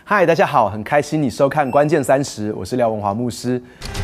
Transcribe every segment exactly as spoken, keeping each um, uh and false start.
嗨，大家好，很开心你收看关键三十，我是廖文华牧师。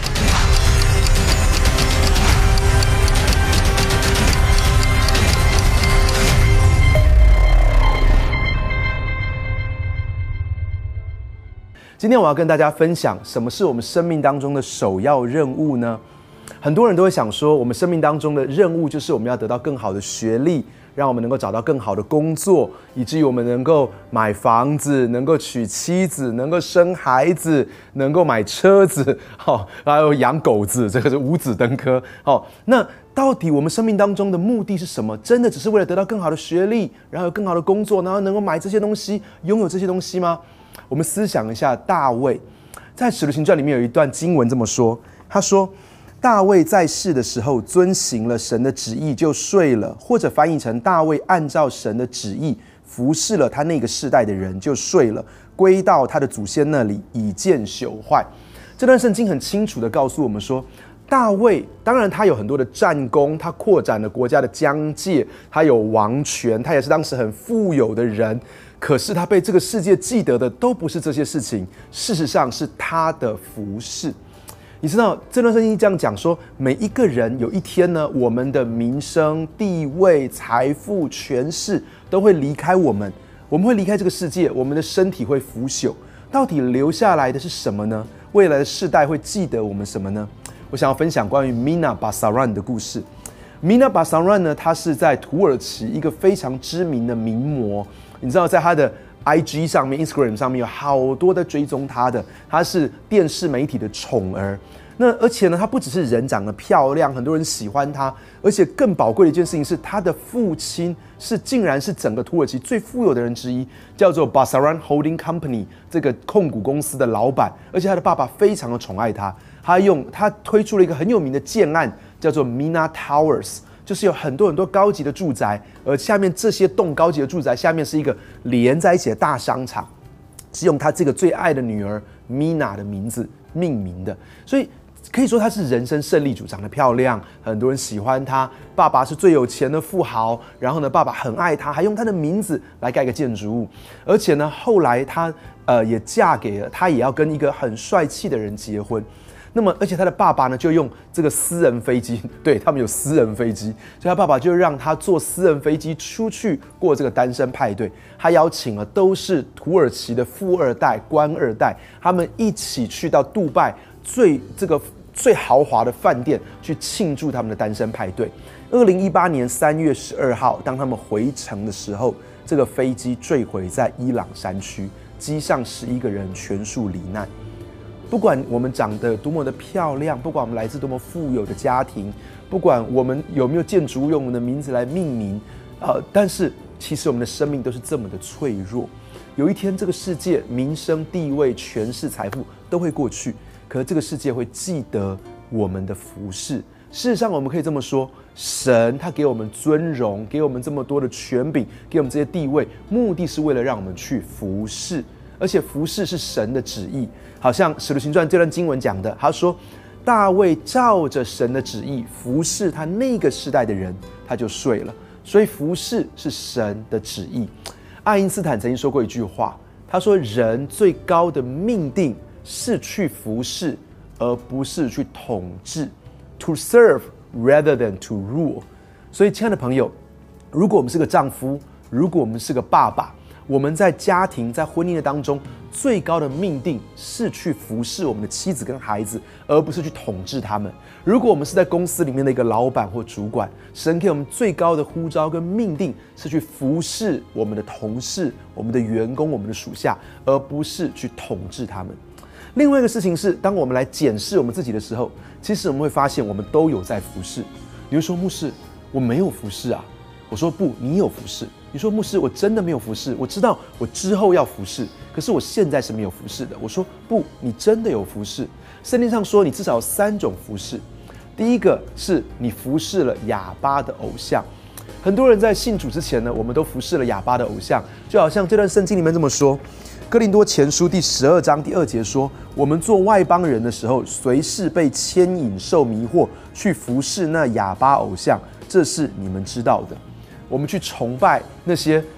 今天我要跟大家分享，什么是我们生命当中的首要任务呢？很多人都会想说，我们生命当中的任务就是我们要得到更好的学历，让我们能够找到更好的工作，以至于我们能够买房子，能够娶妻子，能够生孩子，能够买车子，好，还有养狗子，这个是五子登科。好，那到底我们生命当中的目的是什么？真的只是为了得到更好的学历，然后有更好的工作，然后能够买这些东西，拥有这些东西吗？我们思想一下，大卫在《使徒行传》里面有一段经文这么说，他说：大卫在世的时候遵行了神的旨意就睡了，或者翻译成大卫按照神的旨意服侍了他那个世代的人就睡了，归到他的祖先那里，以见朽坏。这段圣经很清楚地告诉我们说，大卫当然他有很多的战功，他扩展了国家的疆界，他有王权，他也是当时很富有的人，可是他被这个世界记得的都不是这些事情，事实上是他的服事。你知道这段圣经这样讲说，每一个人有一天呢，我们的名声、地位、财富、权势都会离开我们，我们会离开这个世界，我们的身体会腐朽，到底留下来的是什么呢？未来的世代会记得我们什么呢？我想要分享关于 Mina Basaran 的故事。Mina Basaran 呢，他是在土耳其一个非常知名的名模，你知道在他的I G 上面 Instagram 上面有好多的追踪他的，他是电视媒体的宠儿。那而且呢，他不只是人长得漂亮，很多人喜欢他，而且更宝贵的一件事情是，他的父亲是竟然是整个土耳其最富有的人之一，叫做 Basaran Holding Company 这个控股公司的老板，而且他的爸爸非常的宠爱他，他用他推出了一个很有名的建案，叫做 Mina Towers。就是有很多很多高级的住宅，而下面这些栋高级的住宅下面是一个连在一起的大商场，是用他这个最爱的女儿 Mina 的名字命名的，所以可以说他是人生胜利组，长得漂亮，很多人喜欢他。爸爸是最有钱的富豪，然后呢，爸爸很爱他，还用他的名字来盖个建筑物。而且呢，后来他呃也嫁给了，他也要跟一个很帅气的人结婚。那么，而且他的爸爸呢，就用这个私人飞机，对他们有私人飞机，所以他爸爸就让他坐私人飞机出去过这个单身派对。他邀请了都是土耳其的富二代、官二代，他们一起去到杜拜最这个最豪华的饭店去庆祝他们的单身派对。二零一八年三月十二号，当他们回程的时候，这个飞机坠毁在伊朗山区，机上十一个人全数罹难。不管我们长得多么的漂亮，不管我们来自多么富有的家庭，不管我们有没有建筑物用我们的名字来命名，呃，但是其实我们的生命都是这么的脆弱。有一天，这个世界名声、地位、权势、财富都会过去，可是这个世界会记得我们的服事。事实上，我们可以这么说：神他给我们尊荣，给我们这么多的权柄，给我们这些地位，目的是为了让我们去服事。而且服事是神的旨意，好像《使徒行传》这段经文讲的，他说大卫照着神的旨意服事他那个世代的人，他就睡了。所以服事是神的旨意。爱因斯坦曾经说过一句话，他说人最高的命定是去服事，而不是去统治。To serve rather than to rule。所以，亲爱的朋友，如果我们是个丈夫，如果我们是个爸爸，我们在家庭、在婚姻的当中，最高的命定是去服侍我们的妻子跟孩子，而不是去统治他们。如果我们是在公司里面的一个老板或主管，神给我们最高的呼召跟命定是去服侍我们的同事、我们的员工、我们的属下，而不是去统治他们。另外一个事情是，当我们来检视我们自己的时候，其实我们会发现我们都有在服侍。你会说，牧师，我没有服侍啊。我说不，你有服侍。你说牧师，我真的没有服侍，我知道我之后要服侍，可是我现在是没有服侍的。我说不，你真的有服侍。圣经上说，你至少有三种服侍。第一个是你服侍了哑巴的偶像。很多人在信主之前呢，我们都服侍了哑巴的偶像，就好像这段圣经里面这么说。哥林多前书第十二章第二节说，我们做外邦人的时候，随时被牵引受迷惑，去服侍那哑巴偶像，这是你们知道的。我们去崇拜那些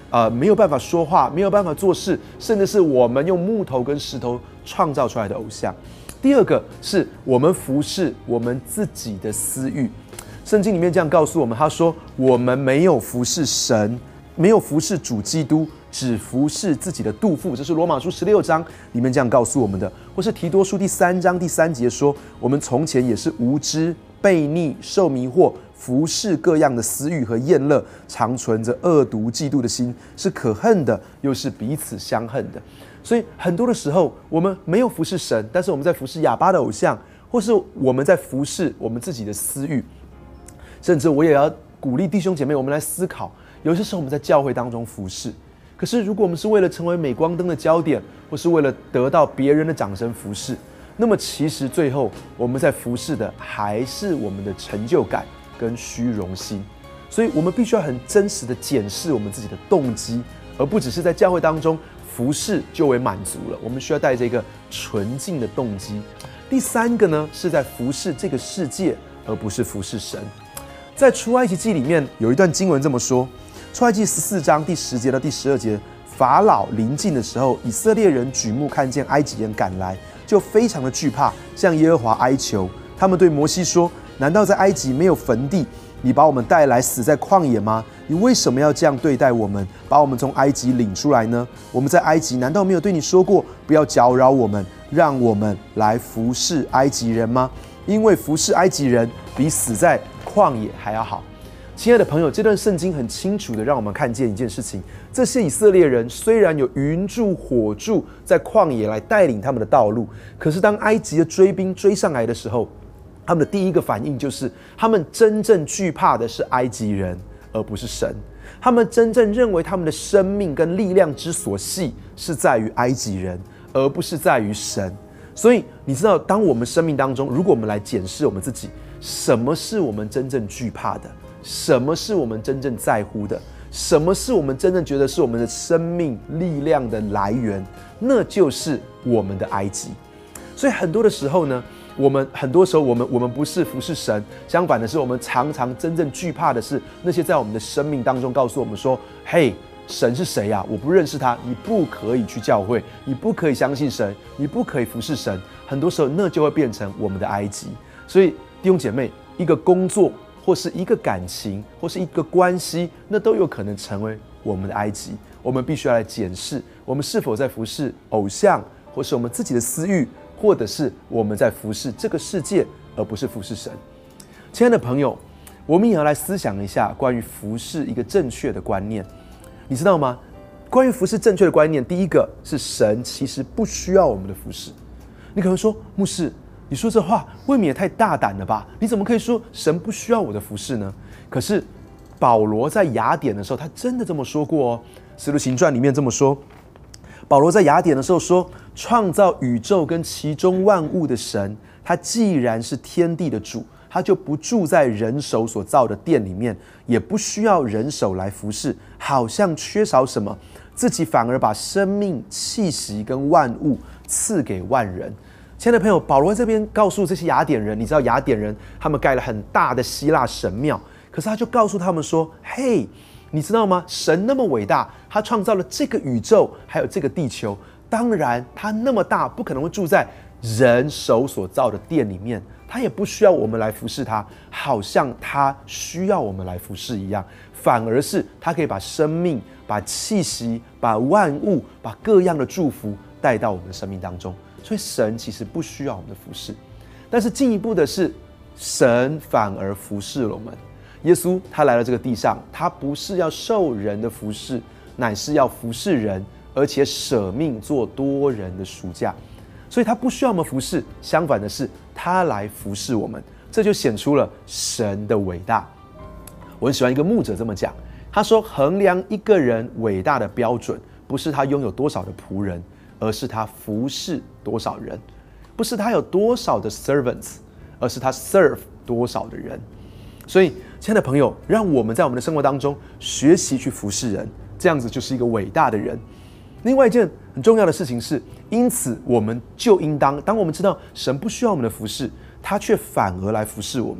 呃没有办法说话，没有办法做事，甚至是我们用木头跟石头创造出来的偶像。第二个是我们服侍我们自己的私欲。圣经里面这样告诉我们，他说我们没有服侍神，没有服侍主基督，只服侍自己的肚腹。这是罗马书十六章里面这样告诉我们的，或是提多书第三章第三节说，我们从前也是无知、悖逆、受迷惑，服侍各样的私欲和厌乐，常存着恶毒嫉妒的心，是可恨的，又是彼此相恨的。所以很多的时候，我们没有服侍神，但是我们在服侍哑巴的偶像，或是我们在服侍我们自己的私欲。甚至我也要鼓励弟兄姐妹，我们来思考，有些时候我们在教会当中服侍，可是如果我们是为了成为镁光灯的焦点，或是为了得到别人的掌声服侍，那么其实最后我们在服侍的还是我们的成就感跟虚荣心。所以我们必须要很真实的检视我们自己的动机，而不只是在教会当中服侍就为满足了，我们需要带着一个纯净的动机。第三个呢，是在服侍这个世界，而不是服侍神。在出埃及记里面有一段经文这么说，出埃及十四章第十节到第十二节，法老临近的时候，以色列人举目看见埃及人赶来，就非常的惧怕，向耶和华哀求。他们对摩西说，难道在埃及没有坟地？你把我们带来死在旷野吗？你为什么要这样对待我们，把我们从埃及领出来呢？我们在埃及难道没有对你说过，不要搅扰我们，让我们来服侍埃及人吗？因为服侍埃及人比死在旷野还要好。亲爱的朋友，这段圣经很清楚的让我们看见一件事情，这些以色列人虽然有云柱火柱在旷野来带领他们的道路，可是当埃及的追兵追上来的时候，他们的第一个反应就是他们真正惧怕的是埃及人，而不是神。他们真正认为他们的生命跟力量之所系是在于埃及人，而不是在于神。所以你知道，当我们生命当中，如果我们来检视我们自己，什么是我们真正惧怕的？什么是我们真正在乎的？什么是我们真正觉得是我们的生命力量的来源？那就是我们的埃及。所以很多的时候呢，我们很多时候我们我们不是服侍神，相反的是，我们常常真正惧怕的是那些在我们的生命当中告诉我们说：“嘿，神是谁呀？我不认识他，你不可以去教会，你不可以相信神，你不可以服侍神。”很多时候，那就会变成我们的埃及。所以弟兄姐妹，一个工作或是一个感情或是一个关系，那都有可能成为我们的埃及。我们必须要来检视，我们是否在服侍偶像，或是我们自己的私欲，或者是我们在服侍这个世界，而不是服侍神。亲爱的朋友，我们也要来思想一下关于服侍一个正确的观念。你知道吗？关于服侍正确的观念，第一个是神其实不需要我们的服侍。你可能说，牧师，你说这话未免也太大胆了吧？你怎么可以说神不需要我的服侍呢？可是保罗在雅典的时候，他真的这么说过哦。使徒行传里面这么说，保罗在雅典的时候说，创造宇宙跟其中万物的神，他既然是天地的主，他就不住在人手所造的殿里面，也不需要人手来服侍，好像缺少什么，自己反而把生命、气息跟万物赐给万人。亲爱的朋友，保罗这边告诉这些雅典人，你知道雅典人他们盖了很大的希腊神庙，可是他就告诉他们说，嘿，你知道吗？神那么伟大，他创造了这个宇宙还有这个地球，当然他那么大，不可能会住在人手所造的殿里面，他也不需要我们来服侍他，好像他需要我们来服侍一样，反而是他可以把生命、把气息、把万物、把各样的祝福带到我们的生命当中。所以神其实不需要我们的服侍，但是进一步的是，神反而服侍了我们。耶稣他来到这个地上，他不是要受人的服侍，乃是要服侍人，而且舍命做多人的赎价。所以他不需要我们服侍，相反的是他来服侍我们，这就显出了神的伟大。我很喜欢一个牧者这么讲，他说，衡量一个人伟大的标准，不是他拥有多少的仆人，而是他服侍多少人；不是他有多少的 servants， 而是他 serve 多少的人。所以亲爱的朋友，让我们在我们的生活当中学习去服侍人，这样子就是一个伟大的人。另外一件很重要的事情是，因此我们就应当，当我们知道神不需要我们的服侍，他却反而来服侍我们，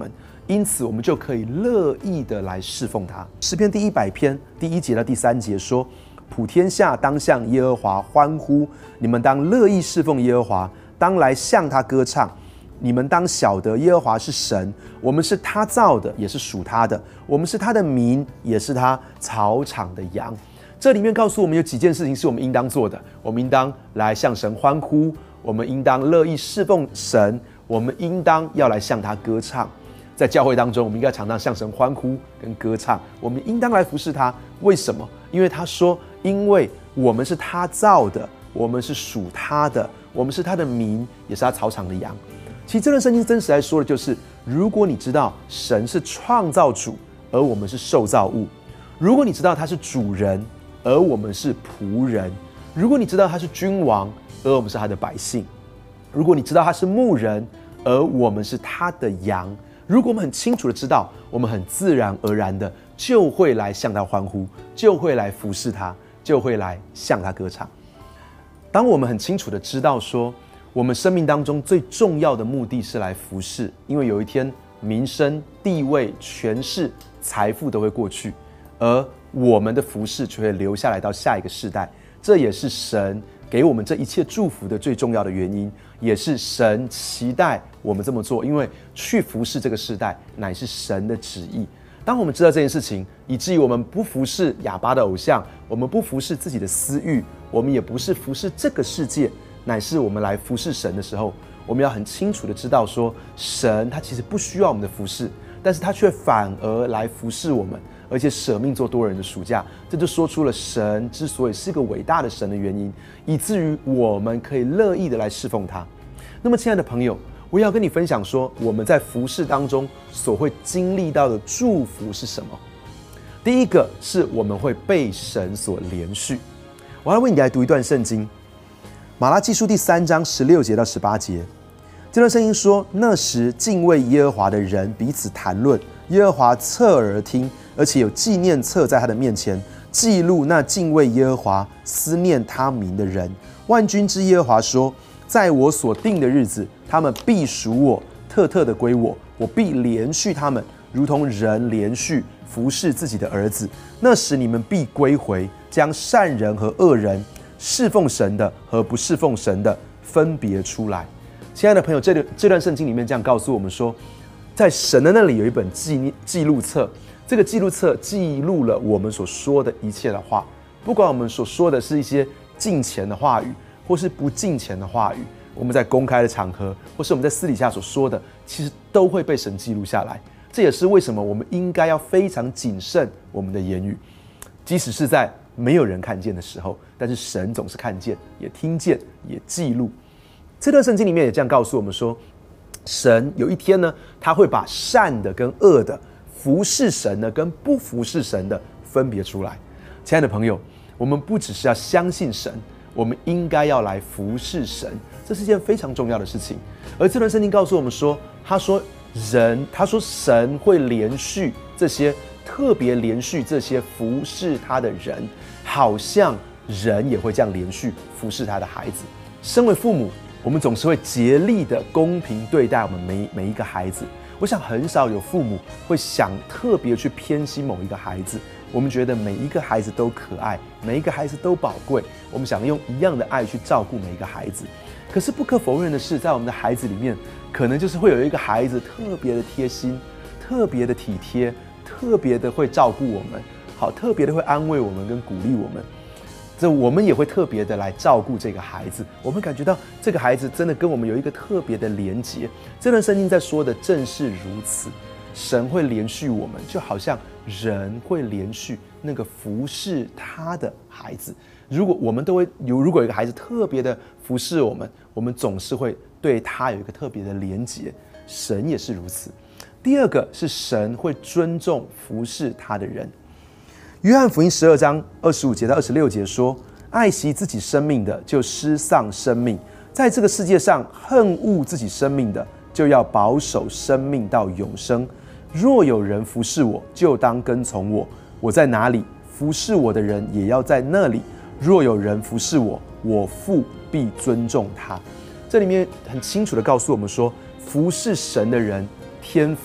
因此我们就可以乐意的来侍奉他。诗篇第一百篇第一节到第三节说：普天下当向耶和华欢呼，你们当乐意侍奉耶和华，当来向他歌唱。你们当晓得耶和华是神，我们是他造的，也是属他的，我们是他的民，也是他草场的羊。这里面告诉我们有几件事情是我们应当做的。我们应当来向神欢呼，我们应当乐意侍奉神，我们应当要来向他歌唱。在教会当中，我们应该常常向神欢呼跟歌唱，我们应当来服侍他。为什么？因为他说，因为我们是他造的，我们是属他的，我们是他的民，也是他草场的羊。其实这段圣经真实来说的就是，如果你知道神是创造主，而我们是受造物；如果你知道他是主人，而我们是仆人；如果你知道他是君王，而我们是他的百姓；如果你知道他是牧人，而我们是他的羊；如果我们很清楚的知道，我们很自然而然的就会来向他欢呼，就会来服侍他，就会来向他歌唱。当我们很清楚的知道说，我们生命当中最重要的目的是来服侍，因为有一天名声、地位、权势、财富都会过去，而我们的服侍却会留下来到下一个世代。这也是神给我们这一切祝福的最重要的原因，也是神期待我们这么做，因为去服侍这个世代乃是神的旨意。当我们知道这件事情，以至于我们不服侍哑巴的偶像，我们不服侍自己的私欲，我们也不是服侍这个世界，乃是我们来服侍神的时候，我们要很清楚的知道说，神他其实不需要我们的服侍，但是他却反而来服侍我们，而且舍命做多人的暑假。这就说出了神之所以是个伟大的神的原因，以至于我们可以乐意的来侍奉他。那么亲爱的朋友，我要跟你分享说，我们在服侍当中所会经历到的祝福是什么？第一个是我们会被神所连续。我要为你来读一段圣经，马拉基书第三章十六节到十八节。这段圣经说：那时敬畏耶和华的人彼此谈论，耶和华侧耳而听，而且有纪念册在他的面前，记录那敬畏耶和华、思念他名的人。万军之耶和华说：在我所定的日子，他们必属我，特特的归我，我必连续他们，如同人连续服侍自己的儿子。那时你们必归回，将善人和恶人、侍奉神的和不侍奉神的分别出来。亲爱的朋友，这段这段圣经里面这样告诉我们说，在神的那里有一本记记录册，这个记录册记录了我们所说的一切的话，不管我们所说的是一些敬虔的话语，或是不敬虔的话语，我们在公开的场合，或是我们在私底下所说的，其实都会被神记录下来。这也是为什么我们应该要非常谨慎我们的言语，即使是在没有人看见的时候，但是神总是看见，也听见，也记录。这段圣经里面也这样告诉我们说，神有一天呢，他会把善的跟恶的、服侍神的跟不服侍神的分别出来。亲爱的朋友，我们不只是要相信神，我们应该要来服侍神，这是一件非常重要的事情。而这段圣经告诉我们说，他说人，他说神会连续这些特别连续这些服侍他的人，好像人也会这样连续服侍他的孩子。身为父母，我们总是会竭力的公平对待我们每每一个孩子。我想很少有父母会想特别去偏心某一个孩子。我们觉得每一个孩子都可爱，每一个孩子都宝贵，我们想用一样的爱去照顾每一个孩子。可是不可否认的是，在我们的孩子里面，可能就是会有一个孩子特别的贴心，特别的体贴，特别的会照顾我们，好，特别的会安慰我们跟鼓励我们。这我们也会特别的来照顾这个孩子，我们感觉到这个孩子真的跟我们有一个特别的连结。这段圣经在说的正是如此，神会连续我们，就好像人会连续那个服侍他的孩子。如果我们都会有，如果有一个孩子特别的服侍我们，我们总是会对他有一个特别的连结。神也是如此。第二个是神会尊重服侍他的人。约翰福音十二章二十五节到二十六节说：爱惜自己生命的，就失丧生命；在这个世界上恨恶自己生命的，就要保守生命到永生。若有人服侍我，就当跟从我；我在哪里，服侍我的人也要在那里。若有人服侍我，我父必尊重他。这里面很清楚的告诉我们说，服侍神的人，天父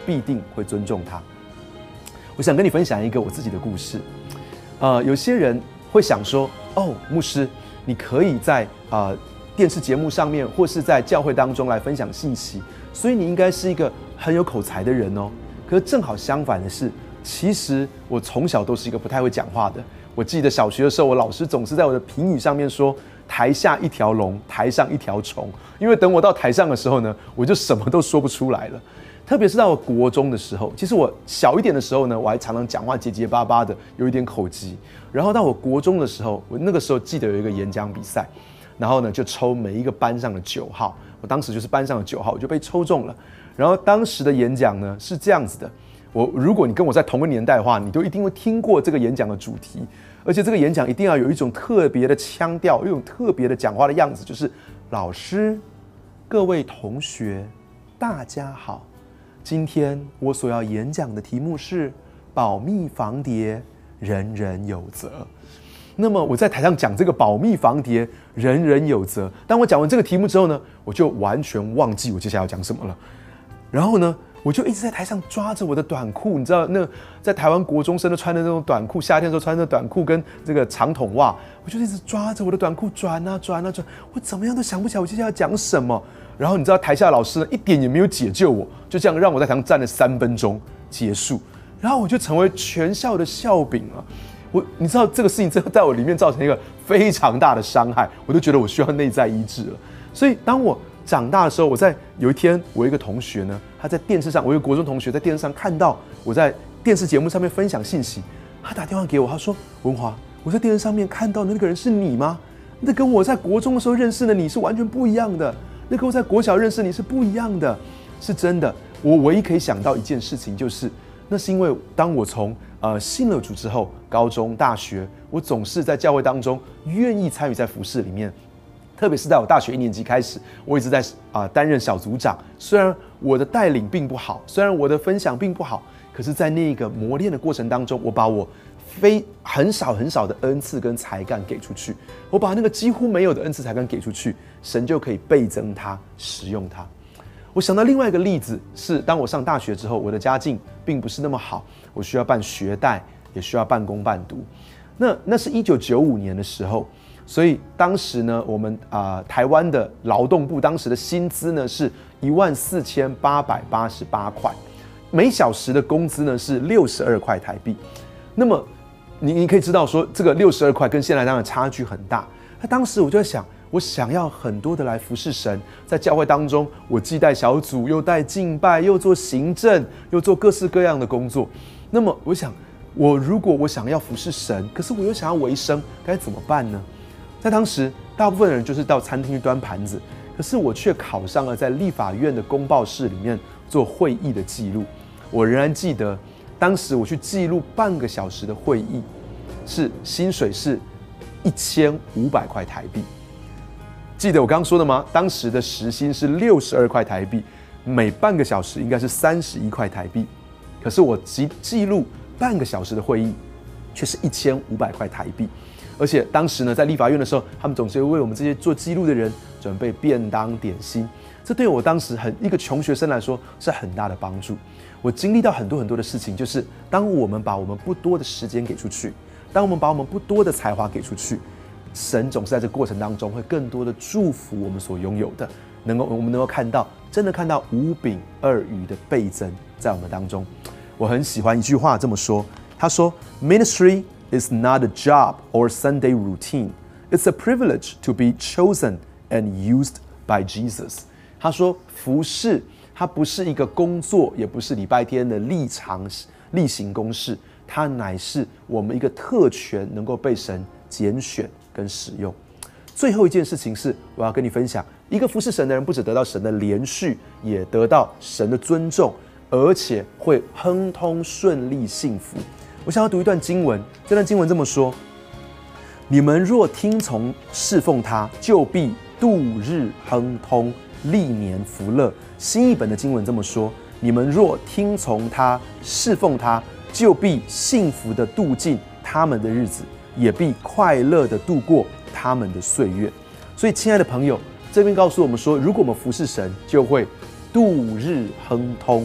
必定会尊重他。我想跟你分享一个我自己的故事。呃，有些人会想说，哦，牧师，你可以在啊、呃、电视节目上面，或是在教会当中来分享信息，所以你应该是一个很有口才的人哦。可是正好相反的是，其实我从小都是一个不太会讲话的。我记得小学的时候，我老师总是在我的评语上面说，台下一条龙，台上一条虫。因为等我到台上的时候呢，我就什么都说不出来了。特别是到我国中的时候，其实我小一点的时候呢，我还常常讲话结结巴巴的，有一点口疾。然后到我国中的时候，我那个时候记得有一个演讲比赛，然后呢就抽每一个班上的九号，我当时就是班上的九号，我就被抽中了。然后当时的演讲呢是这样子的，我如果你跟我在同个年代的话，你都一定会听过这个演讲的主题，而且这个演讲一定要有一种特别的腔调，一种特别的讲话的样子，就是老师、各位同学，大家好。今天我所要演讲的题目是保密防谍，人人有责。那么我在台上讲这个保密防谍，人人有责。当我讲完这个题目之后呢，我就完全忘记我接下来要讲什么了。然后呢，我就一直在台上抓着我的短裤，你知道，那在台湾国中生都穿的那种短裤，夏天的时候穿的短裤跟这个长筒袜，我就一直抓着我的短裤转啊转啊转，我怎么样都想不起来我接下来要讲什么。然后你知道台下的老师呢，一点也没有解救我，就这样让我在台上站了三分钟结束，然后我就成为全校的笑柄了。我你知道这个事情真的在我里面造成一个非常大的伤害，我就觉得我需要内在医治了。所以当我长大的时候，我在有一天，我有一个同学呢，他在电视上，我有一个国中同学在电视上看到我在电视节目上面分享信息，他打电话给我，他说：“文华，我在电视上面看到的那个人是你吗？那跟我在国中的时候认识的你是完全不一样的。”那跟我在国小认识你是不一样的，是真的。我唯一可以想到一件事情，就是那是因为当我从呃信了主之后，高中、大学，我总是在教会当中愿意参与在服事里面。特别是在我大学一年级开始，我一直在啊、呃、担任小组长。虽然我的带领并不好，虽然我的分享并不好，可是在那个磨练的过程当中，我把我非很少很少的恩赐跟才干给出去，我把那个几乎没有的恩赐才干给出去，神就可以倍增它，使用它。我想到另外一个例子是，当我上大学之后，我的家境并不是那么好，我需要办学贷，也需要半工半读。那那是一九九五年的时候，所以当时呢，我们啊、呃、台湾的劳动部当时的薪资呢是一万四千八百八十八块，每小时的工资呢是六十二块台币。那么你你可以知道说，这个六十二块跟现在当然差距很大。那当时我就在想，我想要很多的来服侍神，在教会当中，我既带小组，又带敬拜，又做行政，又做各式各样的工作。那么我想，我如果我想要服侍神，可是我又想要维生，该怎么办呢？在当时，大部分人就是到餐厅去端盘子，可是我却考上了在立法院的公报室里面做会议的记录。我仍然记得，当时我去记录半个小时的会议，是薪水是一千五百块台币。记得我刚刚说的吗？当时的时薪是六十二块台币，每半个小时应该是三十一块台币。可是我记记录半个小时的会议，却是一千五百块台币。而且当时呢，在立法院的时候，他们总是会为我们这些做记录的人准备便当点心。这对我当时很一个穷学生来说是很大的帮助。我经历到很多很多的事情，就是当我们把我们不多的时间给出去，当我们把我们不多的才华给出去，神总是在这个过程当中会更多的祝福我们所拥有的，能够我们能够看到，真的看到五饼二鱼的倍增在我们当中。我很喜欢一句话这么说，他说 ：“Ministry is not a job or Sunday routine. It's a privilege to be chosen and used by Jesus.” 他说，服事它不是一个工作，也不是礼拜天的例常例行公事，它乃是我们一个特权，能够被神拣选跟使用。最后一件事情是，我要跟你分享，一个服侍神的人，不只得到神的连续，也得到神的尊重，而且会亨通顺利幸福。我想要读一段经文，这段经文这么说：你们若听从侍奉他，就必度日亨通，历年福乐。新译本的经文这么说：你们若听从他，侍奉他，就必幸福的度尽他们的日子，也必快乐的度过他们的岁月。所以，亲爱的朋友，这边告诉我们说，如果我们服侍神，就会度日亨通，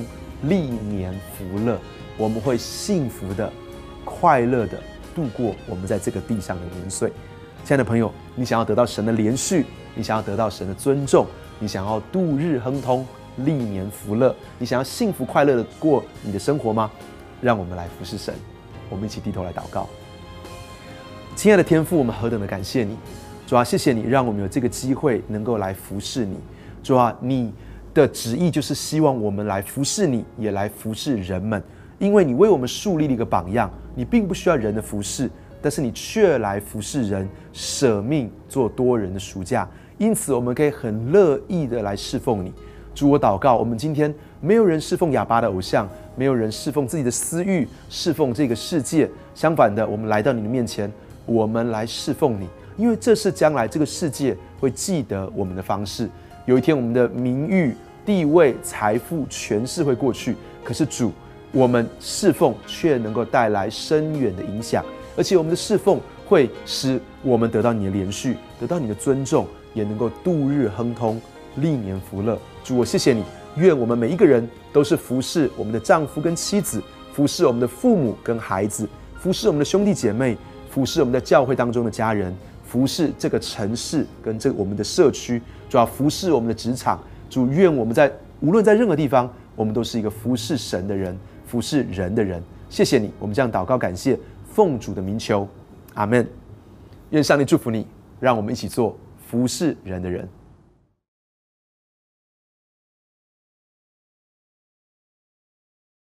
历年福乐，我们会幸福的、快乐的度过我们在这个地上的年岁。亲爱的朋友，你想要得到神的连续，你想要得到神的尊重，你想要度日亨通、历年福乐，你想要幸福快乐的过你的生活吗？让我们来服侍神，我们一起低头来祷告。亲爱的天父，我们何等的感谢你，主啊，谢谢你让我们有这个机会能够来服侍你。主啊，你的旨意就是希望我们来服侍你，也来服侍人们，因为你为我们树立了一个榜样，你并不需要人的服侍，但是你却来服侍人，舍命做多人的赎价，因此我们可以很乐意的来侍奉你。主，我祷告，我们今天没有人侍奉哑巴的偶像，没有人侍奉自己的私欲，侍奉这个世界，相反的，我们来到你的面前，我们来侍奉你，因为这是将来这个世界会记得我们的方式。有一天，我们的名誉、地位、财富、权势会过去，可是主，我们侍奉却能够带来深远的影响，而且我们的侍奉会使我们得到你的连续，得到你的尊重，也能够度日亨通、历年福乐。主，我谢谢你，愿我们每一个人都是服侍我们的丈夫跟妻子，服侍我们的父母跟孩子，服侍我们的兄弟姐妹，服侍我们在教会当中的家人，服侍这个城市跟这个我们的社区，主要服侍我们的职场。主，愿我们在无论在任何地方，我们都是一个服侍神的人，服侍人的人。谢谢你，我们这样祷告感谢，奉主的名求，阿们。愿上帝祝福你，让我们一起做服侍人的人。